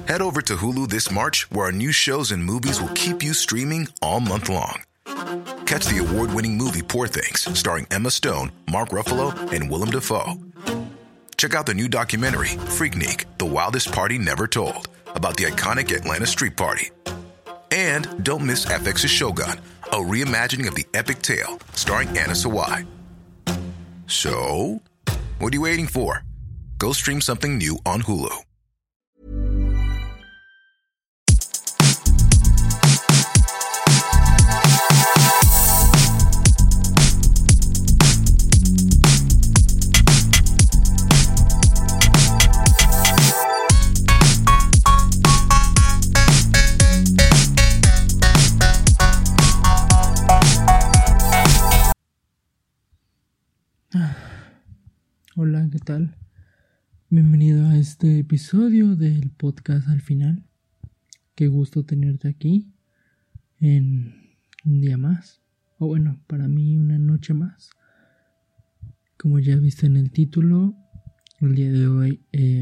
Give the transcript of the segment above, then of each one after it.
Head over to Hulu this March, where our new shows and movies will keep you streaming all month long. Catch the award-winning movie Poor Things, starring Emma Stone, Mark Ruffalo, and Willem Dafoe. Check out the new documentary, Freaknik, The Wildest Party Never Told, about the iconic Atlanta Street Party. And don't miss FX's Shogun, a reimagining of the epic tale, starring Anna Sawai. So, what are you waiting for? Go stream something new on Hulu. Hola, ¿qué tal? Bienvenido a este episodio del podcast Al Final. Qué gusto tenerte aquí en un día más, o bueno, para mí una noche más. Como ya viste en el título, el día de hoy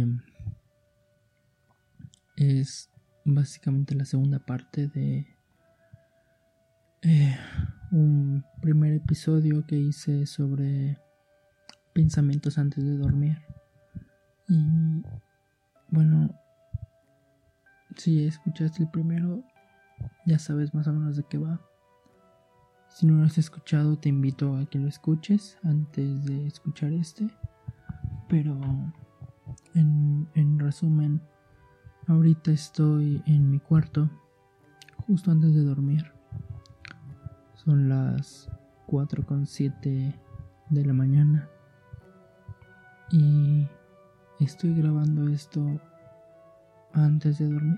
es básicamente la segunda parte de un primer episodio que hice sobre pensamientos antes de dormir. Y bueno, si escuchaste el primero, ya sabes más o menos de qué va. Si no lo has escuchado, te invito a que lo escuches antes de escuchar este. Pero en resumen, ahorita estoy en mi cuarto justo antes de dormir. Son las 4:07 de la mañana. Y estoy grabando esto antes de dormir.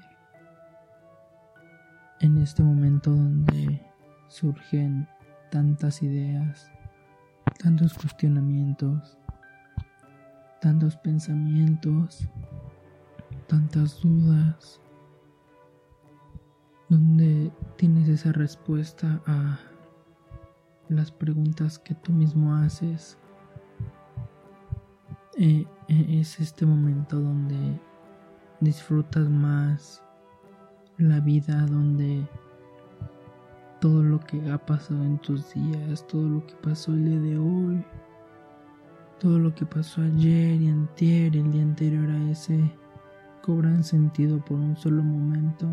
En este momento donde surgen tantas ideas, tantos cuestionamientos, tantos pensamientos, tantas dudas, donde tienes esa respuesta a las preguntas que tú mismo haces. Es este momento donde disfrutas más la vida, donde todo lo que ha pasado en tus días, todo lo que pasó el día de hoy, todo lo que pasó ayer y antier, el día anterior a ese, cobran sentido por un solo momento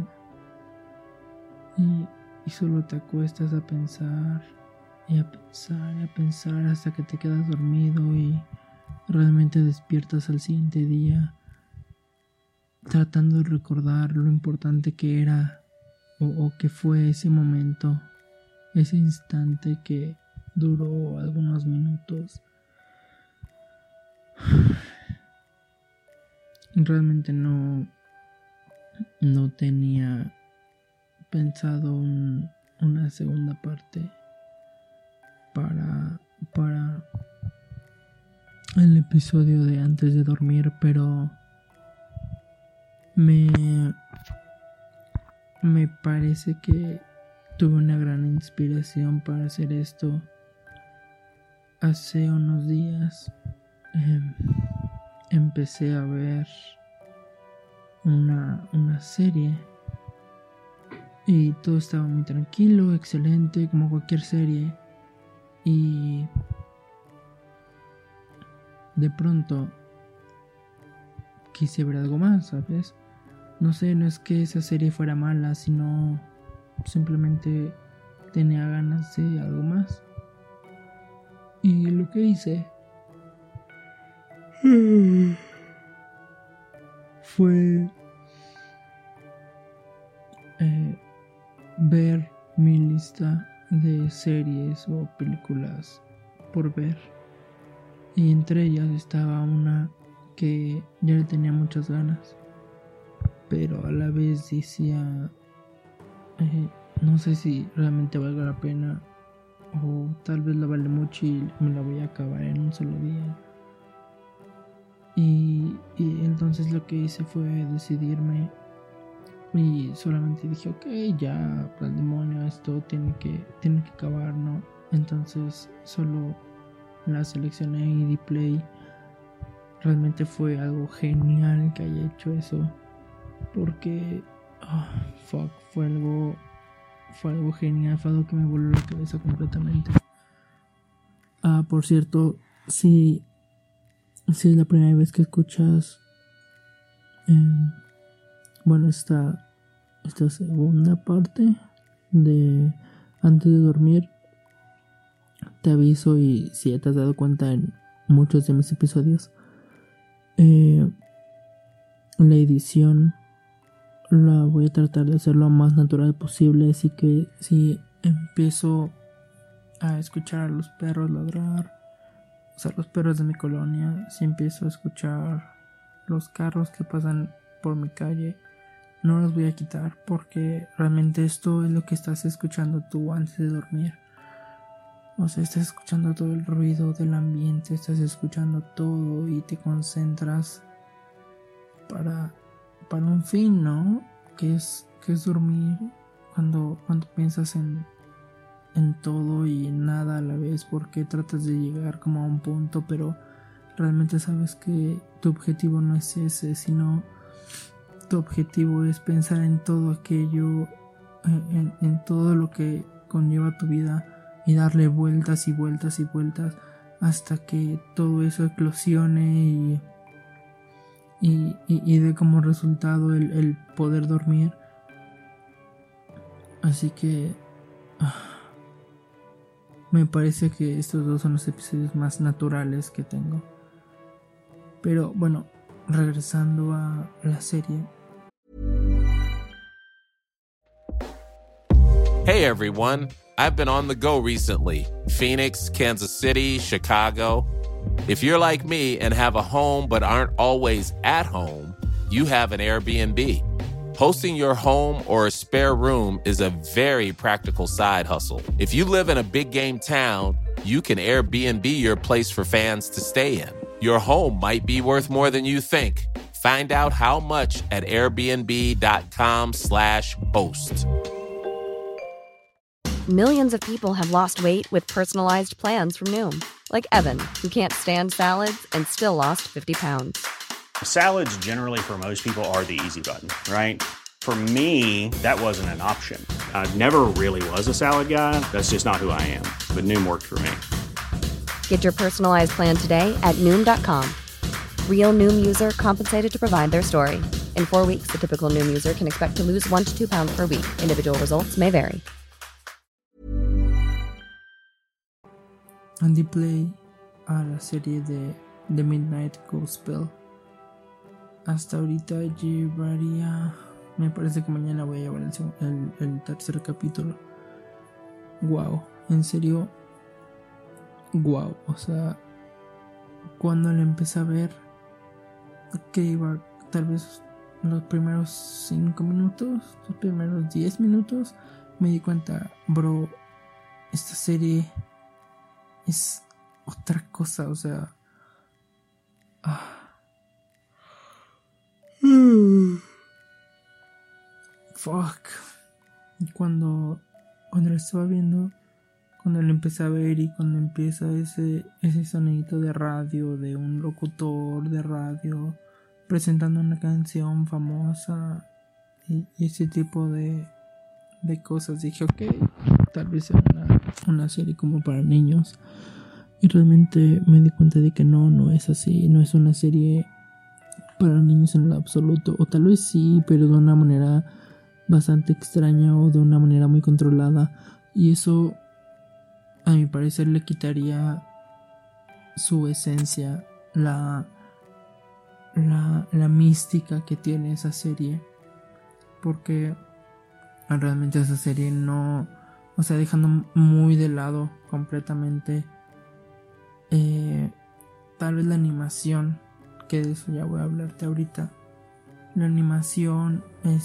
y solo te acuestas a pensar y a pensar y a pensar hasta que te quedas dormido y realmente despiertas al siguiente día tratando de recordar lo importante que era o que fue ese momento, ese instante que duró algunos minutos. Realmente no tenía pensado una segunda parte para el episodio de antes de dormir, pero me parece que tuve una gran inspiración para hacer esto hace unos días. Empecé a ver una serie y todo estaba muy tranquilo, excelente, como cualquier serie, y de pronto quise ver algo más, ¿sabes? No sé, no es que esa serie fuera mala, sino simplemente tenía ganas de algo más. Y lo que hice fue ver mi lista de series o películas por ver. Y entre ellas estaba una que ya le tenía muchas ganas, pero a la vez decía, no sé si realmente valga la pena, o tal vez la vale mucho y me la voy a acabar en un solo día. Y entonces lo que hice fue decidirme y solamente dije, ok, ya, para el demonio, esto tiene que acabar, ¿no? Entonces solo la seleccioné y di play. Realmente fue algo genial que haya hecho eso. porque fue algo genial, fue algo que me voló la cabeza completamente. Por cierto, si es la primera vez que escuchas esta segunda parte de antes de dormir, te aviso, y si ya te has dado cuenta en muchos de mis episodios, la edición la voy a tratar de hacer lo más natural posible, así que si empiezo a escuchar a los perros ladrar, o sea, los perros de mi colonia, si empiezo a escuchar los carros que pasan por mi calle, no los voy a quitar, porque realmente esto es lo que estás escuchando tú antes de dormir. O sea, estás escuchando todo el ruido del ambiente, estás escuchando todo y te concentras para un fin, ¿no? Que es dormir cuando piensas en todo y en nada a la vez, porque tratas de llegar como a un punto, pero realmente sabes que tu objetivo no es ese, sino tu objetivo es pensar en todo aquello, en todo lo que conlleva tu vida, y darle vueltas y vueltas y vueltas hasta que todo eso eclosione y dé como resultado el poder dormir. Así que me parece que estos dos son los episodios más naturales que tengo. Pero bueno, regresando a la serie. Hey everyone, I've been on the go recently. Phoenix, Kansas City, Chicago. If you're like me and have a home but aren't always at home, you have an Airbnb. Hosting your home or a spare room is a very practical side hustle. If you live in a big game town, you can Airbnb your place for fans to stay in. Your home might be worth more than you think. Find out how much at airbnb.com/host. Millions of people have lost weight with personalized plans from Noom. Like Evan, who can't stand salads and still lost 50 pounds. Salads generally for most people are the easy button, right? For me, that wasn't an option. I never really was a salad guy. That's just not who I am. But Noom worked for me. Get your personalized plan today at Noom.com. Real Noom user compensated to provide their story. In 4 weeks, the typical Noom user can expect to lose 1 to 2 pounds per week. Individual results may vary. Andy play a la serie de The Midnight Gospel. Hasta ahorita llevaría, me parece que mañana voy a llevar el tercer capítulo. Wow, en serio, wow. O sea, cuando lo empecé a ver, que iba tal vez los primeros 5 minutos, los primeros 10 minutos, me di cuenta, bro, esta serie es otra cosa, o sea, fuck. Y cuando lo estaba viendo, cuando lo empecé a ver y cuando empieza ese sonidito de radio, de un locutor de radio presentando una canción famosa y ese tipo de cosas, dije, ok, tal vez sea una serie como para niños. Y realmente me di cuenta de que no es así, no es una serie para niños en lo absoluto, o tal vez sí, pero de una manera bastante extraña o de una manera muy controlada, y eso a mi parecer le quitaría su esencia, la mística que tiene esa serie, porque realmente esa serie no, o sea, dejando muy de lado completamente tal vez la animación, que de eso ya voy a hablarte ahorita. La animación,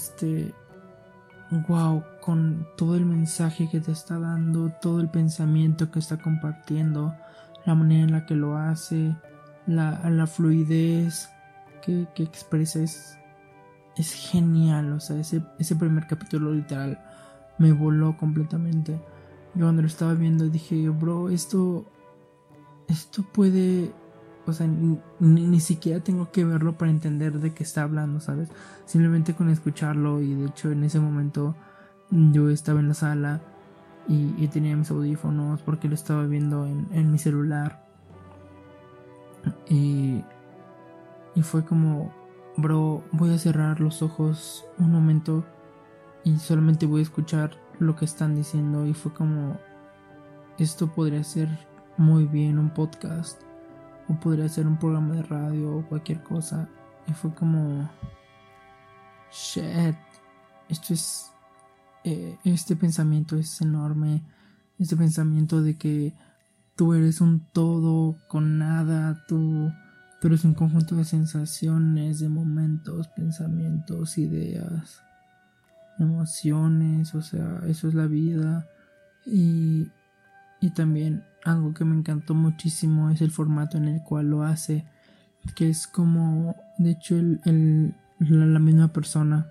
wow, con todo el mensaje que te está dando, todo el pensamiento que está compartiendo, la manera en la que lo hace, la fluidez que expresa es genial. O sea, ese primer capítulo literal me voló completamente. Yo cuando lo estaba viendo dije, bro, esto puede, O sea, ni siquiera tengo que verlo para entender de qué está hablando, ¿sabes? Simplemente con escucharlo. Y de hecho en ese momento yo estaba en la sala y tenía mis audífonos porque lo estaba viendo en mi celular. Y fue como, bro, voy a cerrar los ojos un momento y solamente voy a escuchar lo que están diciendo. Y fue como, esto podría ser muy bien un podcast, o podría ser un programa de radio o cualquier cosa. Y fue como, shit, esto es este pensamiento es enorme. Este pensamiento de que tú eres un todo con nada. Tú eres un conjunto de sensaciones, de momentos, pensamientos, ideas, emociones. O sea, eso es la vida. Y también algo que me encantó muchísimo es el formato en el cual lo hace, que es como, de hecho, la misma persona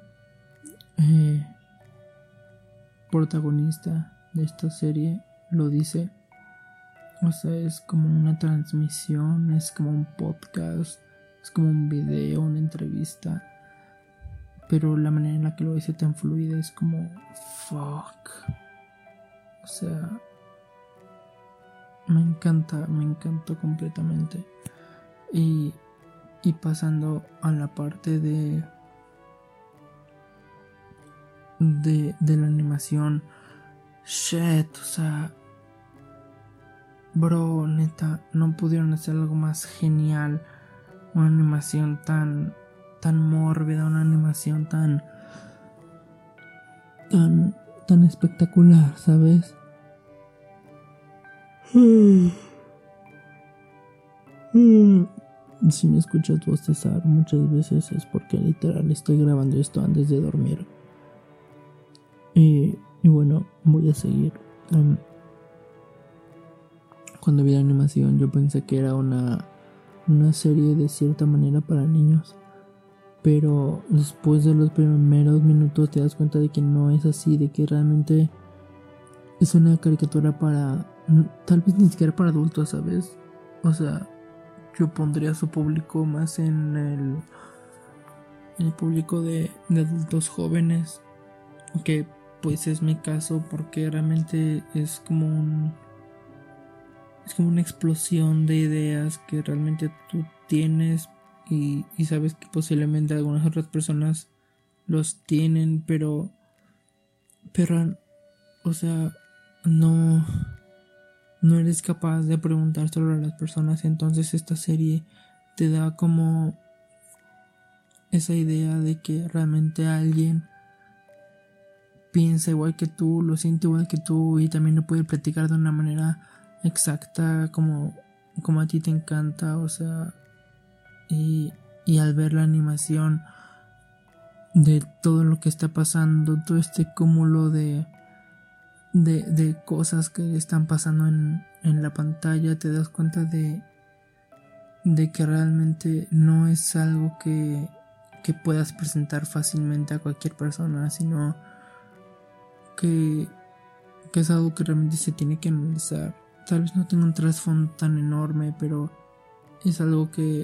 protagonista de esta serie lo dice. O sea, es como una transmisión, es como un podcast, es como un video, una entrevista, pero la manera en la que lo dice tan fluida es como fuck. O sea, me encantó completamente. Y pasando a la parte de la animación, shit, o sea, bro, neta, no pudieron hacer algo más genial. Una animación tan mórbida, una animación tan espectacular, ¿sabes? Si me escuchas bostezar muchas veces es porque literal estoy grabando esto antes de dormir. Y bueno, voy a seguir. Cuando vi la animación yo pensé que era una serie de cierta manera para niños, pero después de los primeros minutos te das cuenta de que no es así, de que realmente es una caricatura para, tal vez ni siquiera para adultos, ¿sabes? O sea, yo pondría su público más en el público de adultos jóvenes, que pues es mi caso, porque realmente es como una explosión de ideas que realmente tú tienes y sabes que posiblemente algunas otras personas los tienen, pero o sea, no eres capaz de preguntárselo a las personas. Entonces esta serie te da como esa idea de que realmente alguien piensa igual que tú, lo siente igual que tú, y también lo puede platicar de una manera exacta como a ti te encanta. O sea, y al ver la animación de todo lo que está pasando, todo este cúmulo de cosas que están pasando en la pantalla, te das cuenta de que realmente no es algo que puedas presentar fácilmente a cualquier persona, sino que es algo que realmente se tiene que analizar. Tal vez no tenga un trasfondo tan enorme, pero es algo que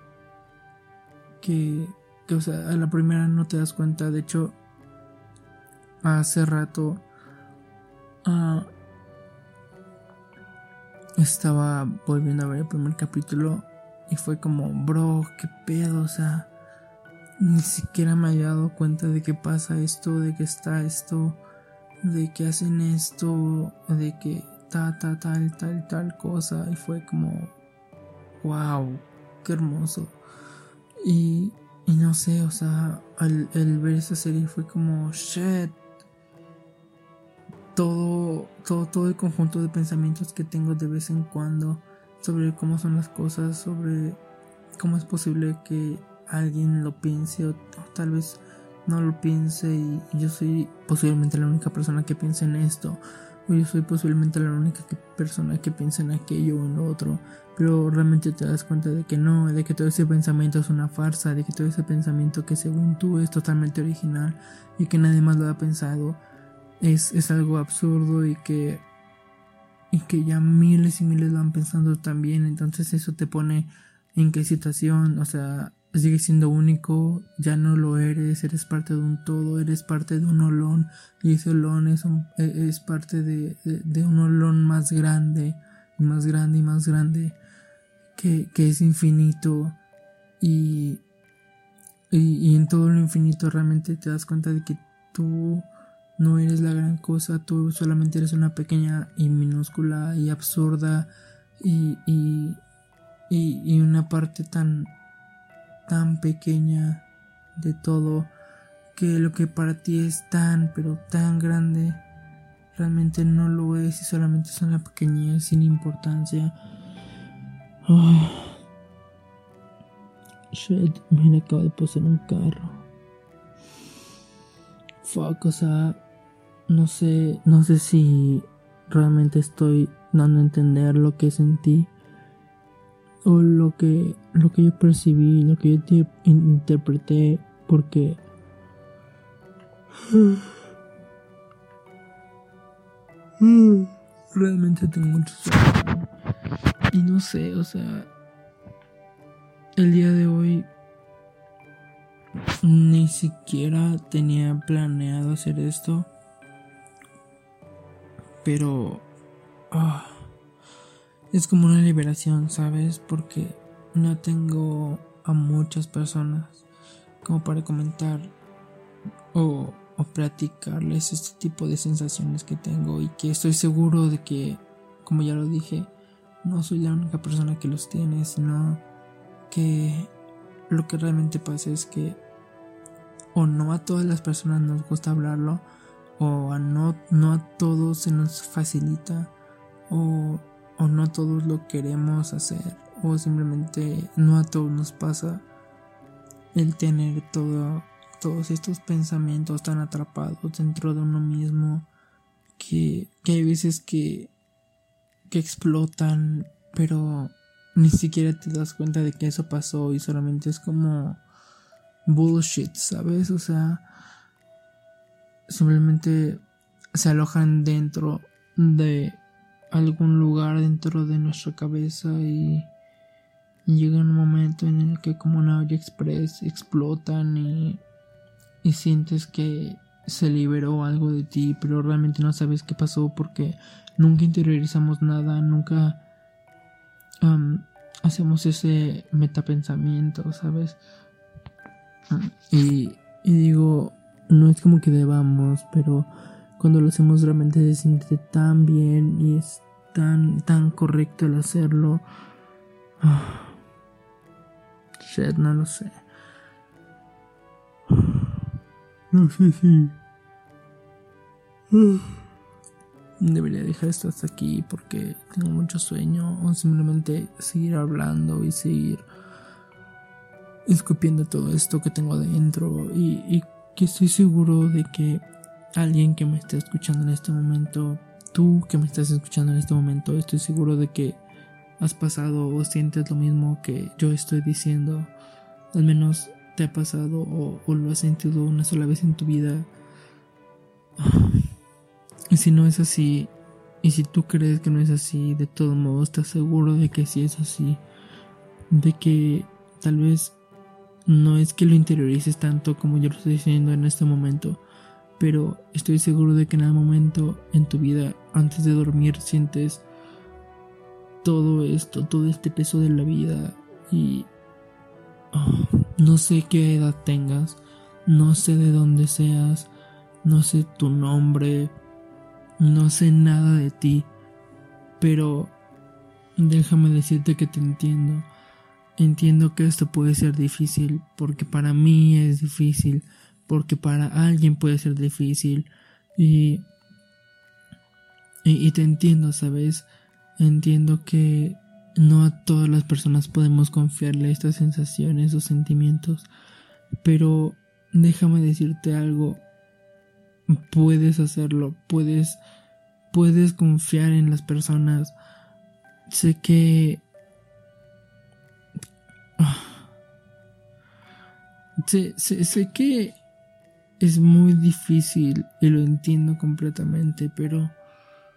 o sea, a la primera no te das cuenta. De hecho, hace rato estaba volviendo a ver el primer capítulo y fue como, bro, qué pedo. O sea, ni siquiera me había dado cuenta de que pasa esto, de que está esto, de que hacen esto, de que tal cosa. Y fue como, wow, qué hermoso. Y no sé, o sea, al ver esa serie fue como, shit, todo el conjunto de pensamientos que tengo de vez en cuando sobre cómo son las cosas, sobre cómo es posible que alguien lo piense o tal vez no lo piense, y yo soy posiblemente la única persona que piensa en esto, o yo soy posiblemente la única persona que piensa en aquello o en lo otro, pero realmente te das cuenta de que no, de que todo ese pensamiento es una farsa, de que todo ese pensamiento que según tú es totalmente original y que nadie más lo ha pensado es algo absurdo, y que ya miles y miles lo han pensado también. Entonces eso te pone en qué situación, o sea, sigues siendo único, ya no lo eres parte de un todo, eres parte de un olón, y ese olón es parte de un olón más grande, y más grande, y más grande, que es infinito, y en todo lo infinito realmente te das cuenta de que tú no eres la gran cosa, tú solamente eres una pequeña y minúscula y absurda y una parte tan pequeña de todo, que lo que para ti es tan pero tan grande realmente no lo es, y solamente es una pequeñez sin importancia. Shit, me acabo de pasar un carro. Fuck, o sea, no sé si realmente estoy dando a entender lo que sentí, o lo que yo percibí, lo que yo interpreté, porque realmente tengo mucho sueño. Y no sé, o sea, el día de hoy ni siquiera tenía planeado hacer esto, pero es como una liberación, ¿sabes? Porque no tengo a muchas personas como para comentar o platicarles este tipo de sensaciones que tengo, y que estoy seguro de que, como ya lo dije, no soy la única persona que los tiene, sino que lo que realmente pasa es que o no a todas las personas nos gusta hablarlo, o no a todos se nos facilita, o no todos lo queremos hacer, o simplemente no a todos nos pasa el tener todos estos pensamientos tan atrapados dentro de uno mismo, que hay veces que explotan, pero ni siquiera te das cuenta de que eso pasó, y solamente es como bullshit, ¿sabes? O sea, simplemente se alojan dentro de algún lugar dentro de nuestra cabeza, y llega un momento en el que, como una olla express, explotan y sientes que se liberó algo de ti, pero realmente no sabes qué pasó, porque nunca interiorizamos nada, nunca hacemos ese metapensamiento, ¿sabes? Y digo, no es como que debamos, pero cuando lo hacemos realmente se siente tan bien, y es tan correcto el hacerlo. Shit, no lo sé. No sé si debería dejar esto hasta aquí porque tengo mucho sueño, o simplemente seguir hablando y seguir escupiendo todo esto que tengo adentro, y que estoy seguro de que alguien que me está escuchando en este momento, tú que me estás escuchando en este momento, estoy seguro de que has pasado o sientes lo mismo que yo estoy diciendo. Al menos te ha pasado o lo has sentido una sola vez en tu vida. Y si no es así, y si tú crees que no es así, de todo modo estás seguro de que sí es así, de que tal vez no es que lo interiorices tanto como yo lo estoy diciendo en este momento, pero estoy seguro de que en algún momento en tu vida, antes de dormir, sientes todo esto, todo este peso de la vida. Y no sé qué edad tengas, no sé de dónde seas, no sé tu nombre, no sé nada de ti, pero déjame decirte que te entiendo. Entiendo que esto puede ser difícil, porque para mí es difícil, porque para alguien puede ser difícil, y te entiendo, ¿sabes? Entiendo que no a todas las personas podemos confiarle estas sensaciones o sentimientos, pero déjame decirte algo. Puedes hacerlo, puedes confiar en las personas. Sé que sé que es muy difícil y lo entiendo completamente, pero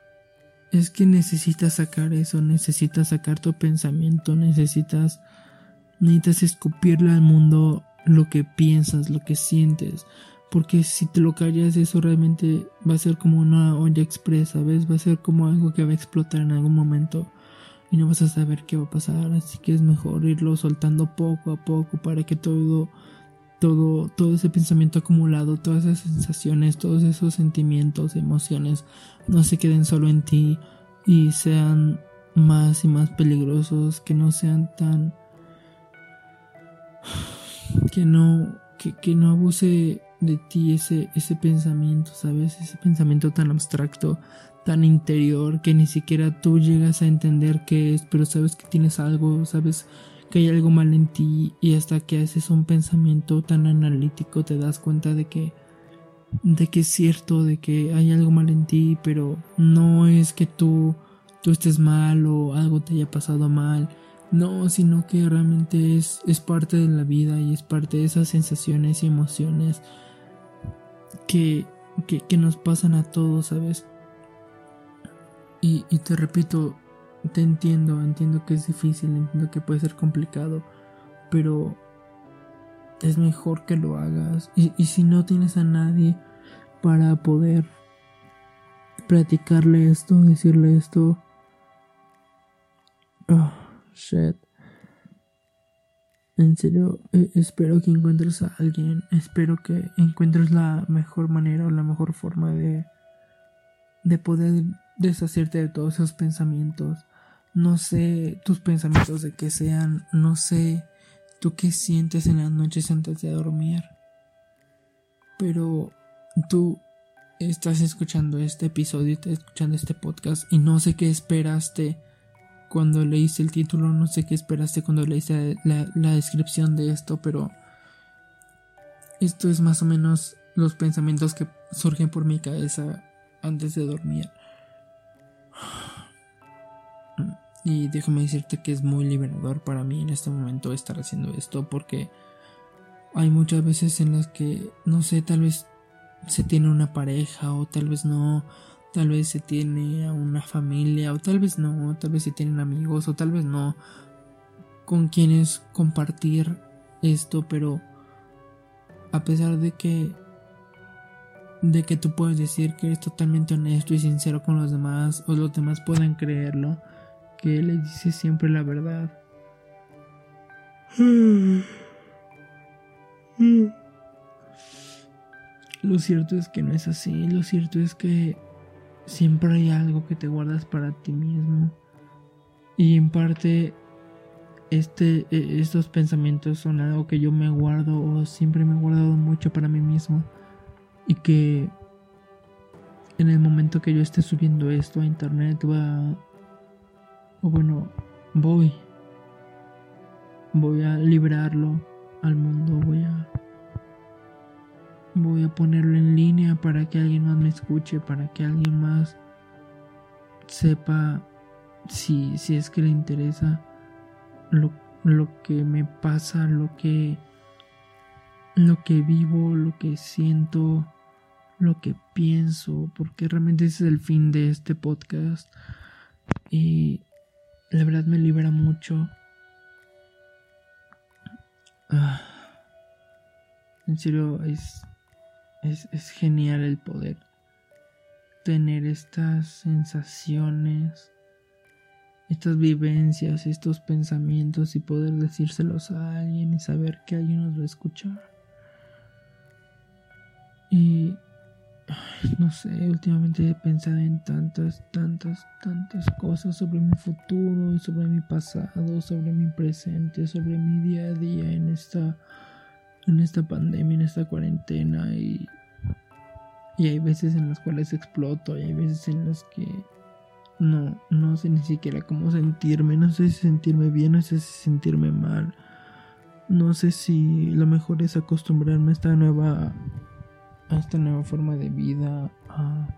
es que necesitas sacar eso, necesitas sacar tu pensamiento, necesitas necesitas escupirle al mundo lo que piensas, lo que sientes. Porque si te lo callas, eso realmente va a ser como una olla express, ¿sabes? Va a ser como algo que va a explotar en algún momento y no vas a saber qué va a pasar. Así que es mejor irlo soltando poco a poco para que todo ese pensamiento acumulado, todas esas sensaciones, todos esos sentimientos, emociones, no se queden solo en ti y sean más y más peligrosos, que no sean tan... que no abuse de ti ese pensamiento, ¿sabes? Ese pensamiento tan abstracto, tan interior, que ni siquiera tú llegas a entender qué es, pero sabes que tienes algo, sabes que hay algo mal en ti, y hasta que haces un pensamiento tan analítico te das cuenta de que es cierto, de que hay algo mal en ti, pero no es que tú estés mal o algo te haya pasado mal. No, sino que realmente es parte de la vida y es parte de esas sensaciones y emociones que nos pasan a todos, ¿sabes? Y te repito, te entiendo que es difícil, entiendo que puede ser complicado, pero es mejor que lo hagas. Y si no tienes a nadie para poder platicarle esto, decirle esto, shit. En serio, espero que encuentres a alguien. Espero que encuentres la mejor manera o la mejor forma de poder deshacerte de todos esos pensamientos. No sé tus pensamientos de qué sean. No sé tú qué sientes en las noches antes de dormir. Pero tú estás escuchando este episodio, estás escuchando este podcast, y no sé qué esperaste cuando leíste el título, no sé qué esperaste cuando leíste la descripción de esto, pero esto es más o menos los pensamientos que surgen por mi cabeza antes de dormir. Y déjame decirte que es muy liberador para mí en este momento estar haciendo esto, porque hay muchas veces en las que, no sé, tal vez se tiene una pareja o tal vez no, tal vez se tiene a una familia o tal vez no, tal vez se tienen amigos o tal vez no con quienes compartir esto, pero a pesar de que tú puedes decir que eres totalmente honesto y sincero con los demás, o los demás pueden creerlo, que les dices siempre la verdad. Lo cierto es que no es así. Lo cierto es que siempre hay algo que te guardas para ti mismo. Y en parte estos pensamientos son algo que yo me guardo, o siempre me he guardado mucho para mí mismo. Y que en el momento que yo esté subiendo esto a internet voy a librarlo al mundo, voy a ponerlo en línea para que alguien más me escuche, para que alguien más sepa, si es que le interesa, lo que me pasa, lo que vivo, lo que siento, lo que pienso, porque realmente ese es el fin de este podcast. Y la verdad me libera mucho. En serio, es genial el poder tener estas sensaciones, estas vivencias, estos pensamientos, y poder decírselos a alguien y saber que alguien nos va a escuchar. Y no sé, últimamente he pensado en tantas cosas sobre mi futuro, sobre mi pasado, sobre mi presente, sobre mi día a día en esta pandemia, en esta cuarentena, y hay veces en las cuales exploto, y hay veces en las que no sé ni siquiera cómo sentirme. No sé si sentirme bien, no sé si sentirme mal. No sé si lo mejor es acostumbrarme a esta nueva forma de vida, a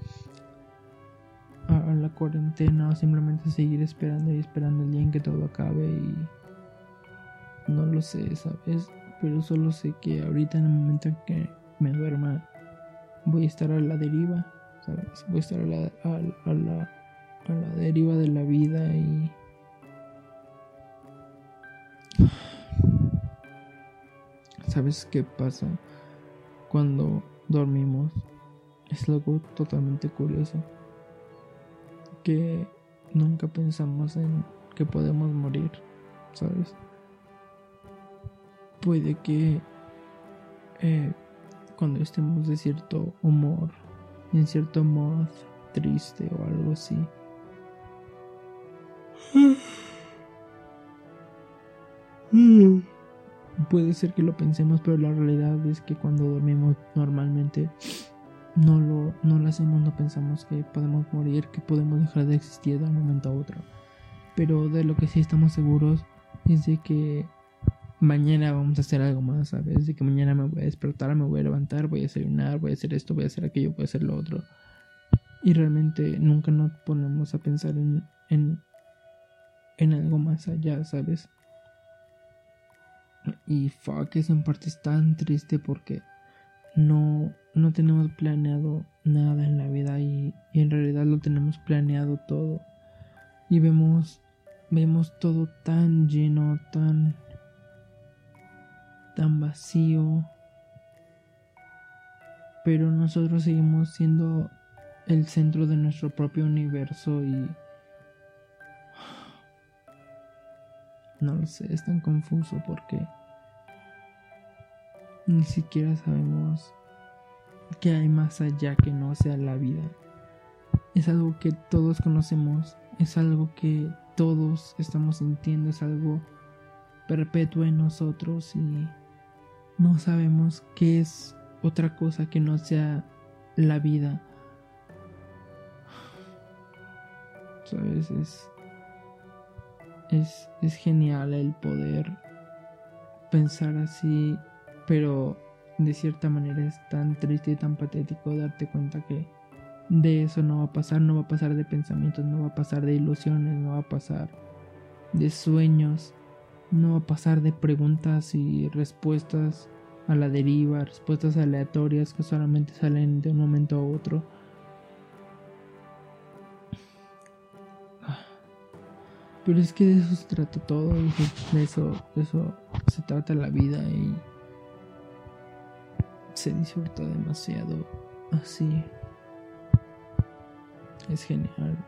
la cuarentena, o simplemente seguir esperando el día en que todo acabe. Y no lo sé, ¿sabes? Pero solo sé que ahorita, en el momento en que me duerma, voy a estar a la deriva, ¿sabes? Voy a estar a la deriva de la vida, y ¿Sabes qué pasa cuando dormimos? Es algo totalmente curioso, que nunca pensamos en que podemos morir, ¿sabes? Puede que cuando estemos de cierto humor, en cierto mood triste o algo así, puede ser que lo pensemos, pero la realidad es que cuando dormimos normalmente no lo hacemos, no pensamos que podemos morir, que podemos dejar de existir de un momento a otro. Pero de lo que sí estamos seguros es de que mañana vamos a hacer algo más, ¿sabes? De que mañana me voy a despertar, me voy a levantar, voy a desayunar, voy a hacer esto, voy a hacer aquello, voy a hacer lo otro. Y realmente nunca nos ponemos a pensar en algo más allá, ¿sabes? Y fuck, eso en parte es tan triste porque no tenemos planeado nada en la vida y en realidad lo tenemos planeado todo. Y vemos todo tan lleno, tan vacío. Pero nosotros seguimos siendo el centro de nuestro propio universo y no lo sé, es tan confuso porque ni siquiera sabemos qué hay más allá que no sea la vida. Es algo que todos conocemos, es algo que todos estamos sintiendo, es algo perpetuo en nosotros y no sabemos qué es otra cosa que no sea la vida. ¿Sabes? Es genial el poder pensar así, pero de cierta manera es tan triste y tan patético darte cuenta que de eso no va a pasar de pensamientos, no va a pasar de ilusiones, no va a pasar de sueños, no va a pasar de preguntas y respuestas a la deriva, respuestas aleatorias que solamente salen de un momento a otro. Pero es que de eso se trata todo, y de eso se trata la vida y se disfruta demasiado así. Es genial.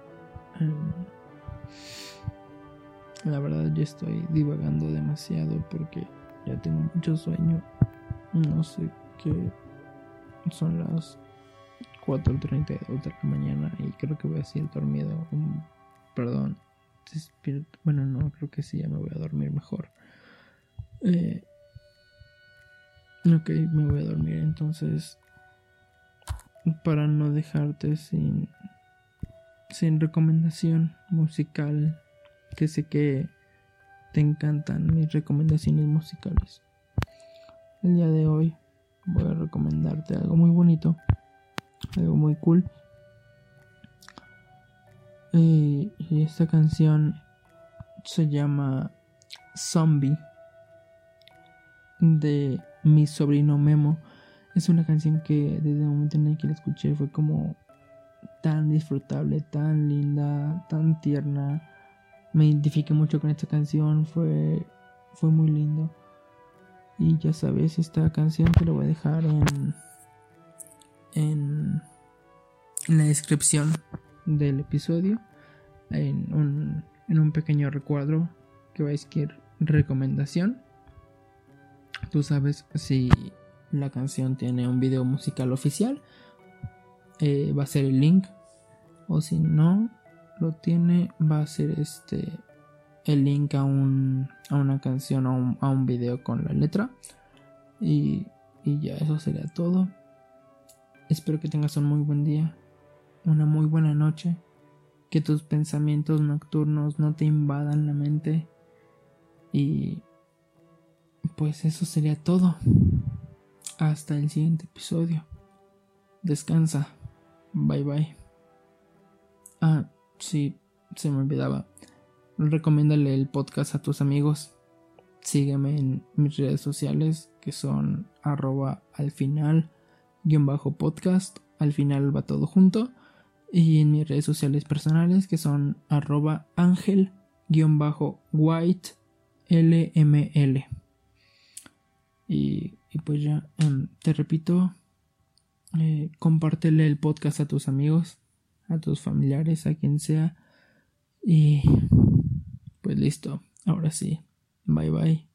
La verdad yo estoy divagando demasiado porque ya tengo mucho sueño. No sé qué son las 4:32 de la mañana y creo que voy a seguir dormido. Perdón. Bueno, no, creo que sí, ya me voy a dormir mejor. Ok, me voy a dormir entonces, para no dejarte sin recomendación musical, que sé que te encantan mis recomendaciones musicales. El día de hoy voy a recomendarte algo muy bonito, algo muy cool. Y esta canción se llama Zombie, de mi sobrino Memo. Es una canción que desde el momento en el que la escuché fue como tan disfrutable, tan linda, tan tierna. Me identifiqué mucho con esta canción, fue muy lindo. Y ya sabes, esta canción te la voy a dejar en la descripción del episodio, en un pequeño recuadro que va a decir recomendación. Tú sabes, si la canción tiene un video musical oficial, va a ser el link, o si no lo tiene, va a ser el link a una canción, a un video con la letra. Y ya, eso sería todo. Espero que tengas un muy buen día, una muy buena noche, que tus pensamientos nocturnos no te invadan la mente. Y pues eso sería todo. Hasta el siguiente episodio. Descansa. Bye bye. Ah, sí, se me olvidaba. Recomiéndale el podcast a tus amigos. Sígueme en mis redes sociales, que son @alfinal_podcast. Al final va todo junto. Y en mis redes sociales personales, que son @angel_white LML. Y pues ya, te repito, compártele el podcast a tus amigos, a tus familiares, a quien sea. Y pues listo, ahora sí, bye bye.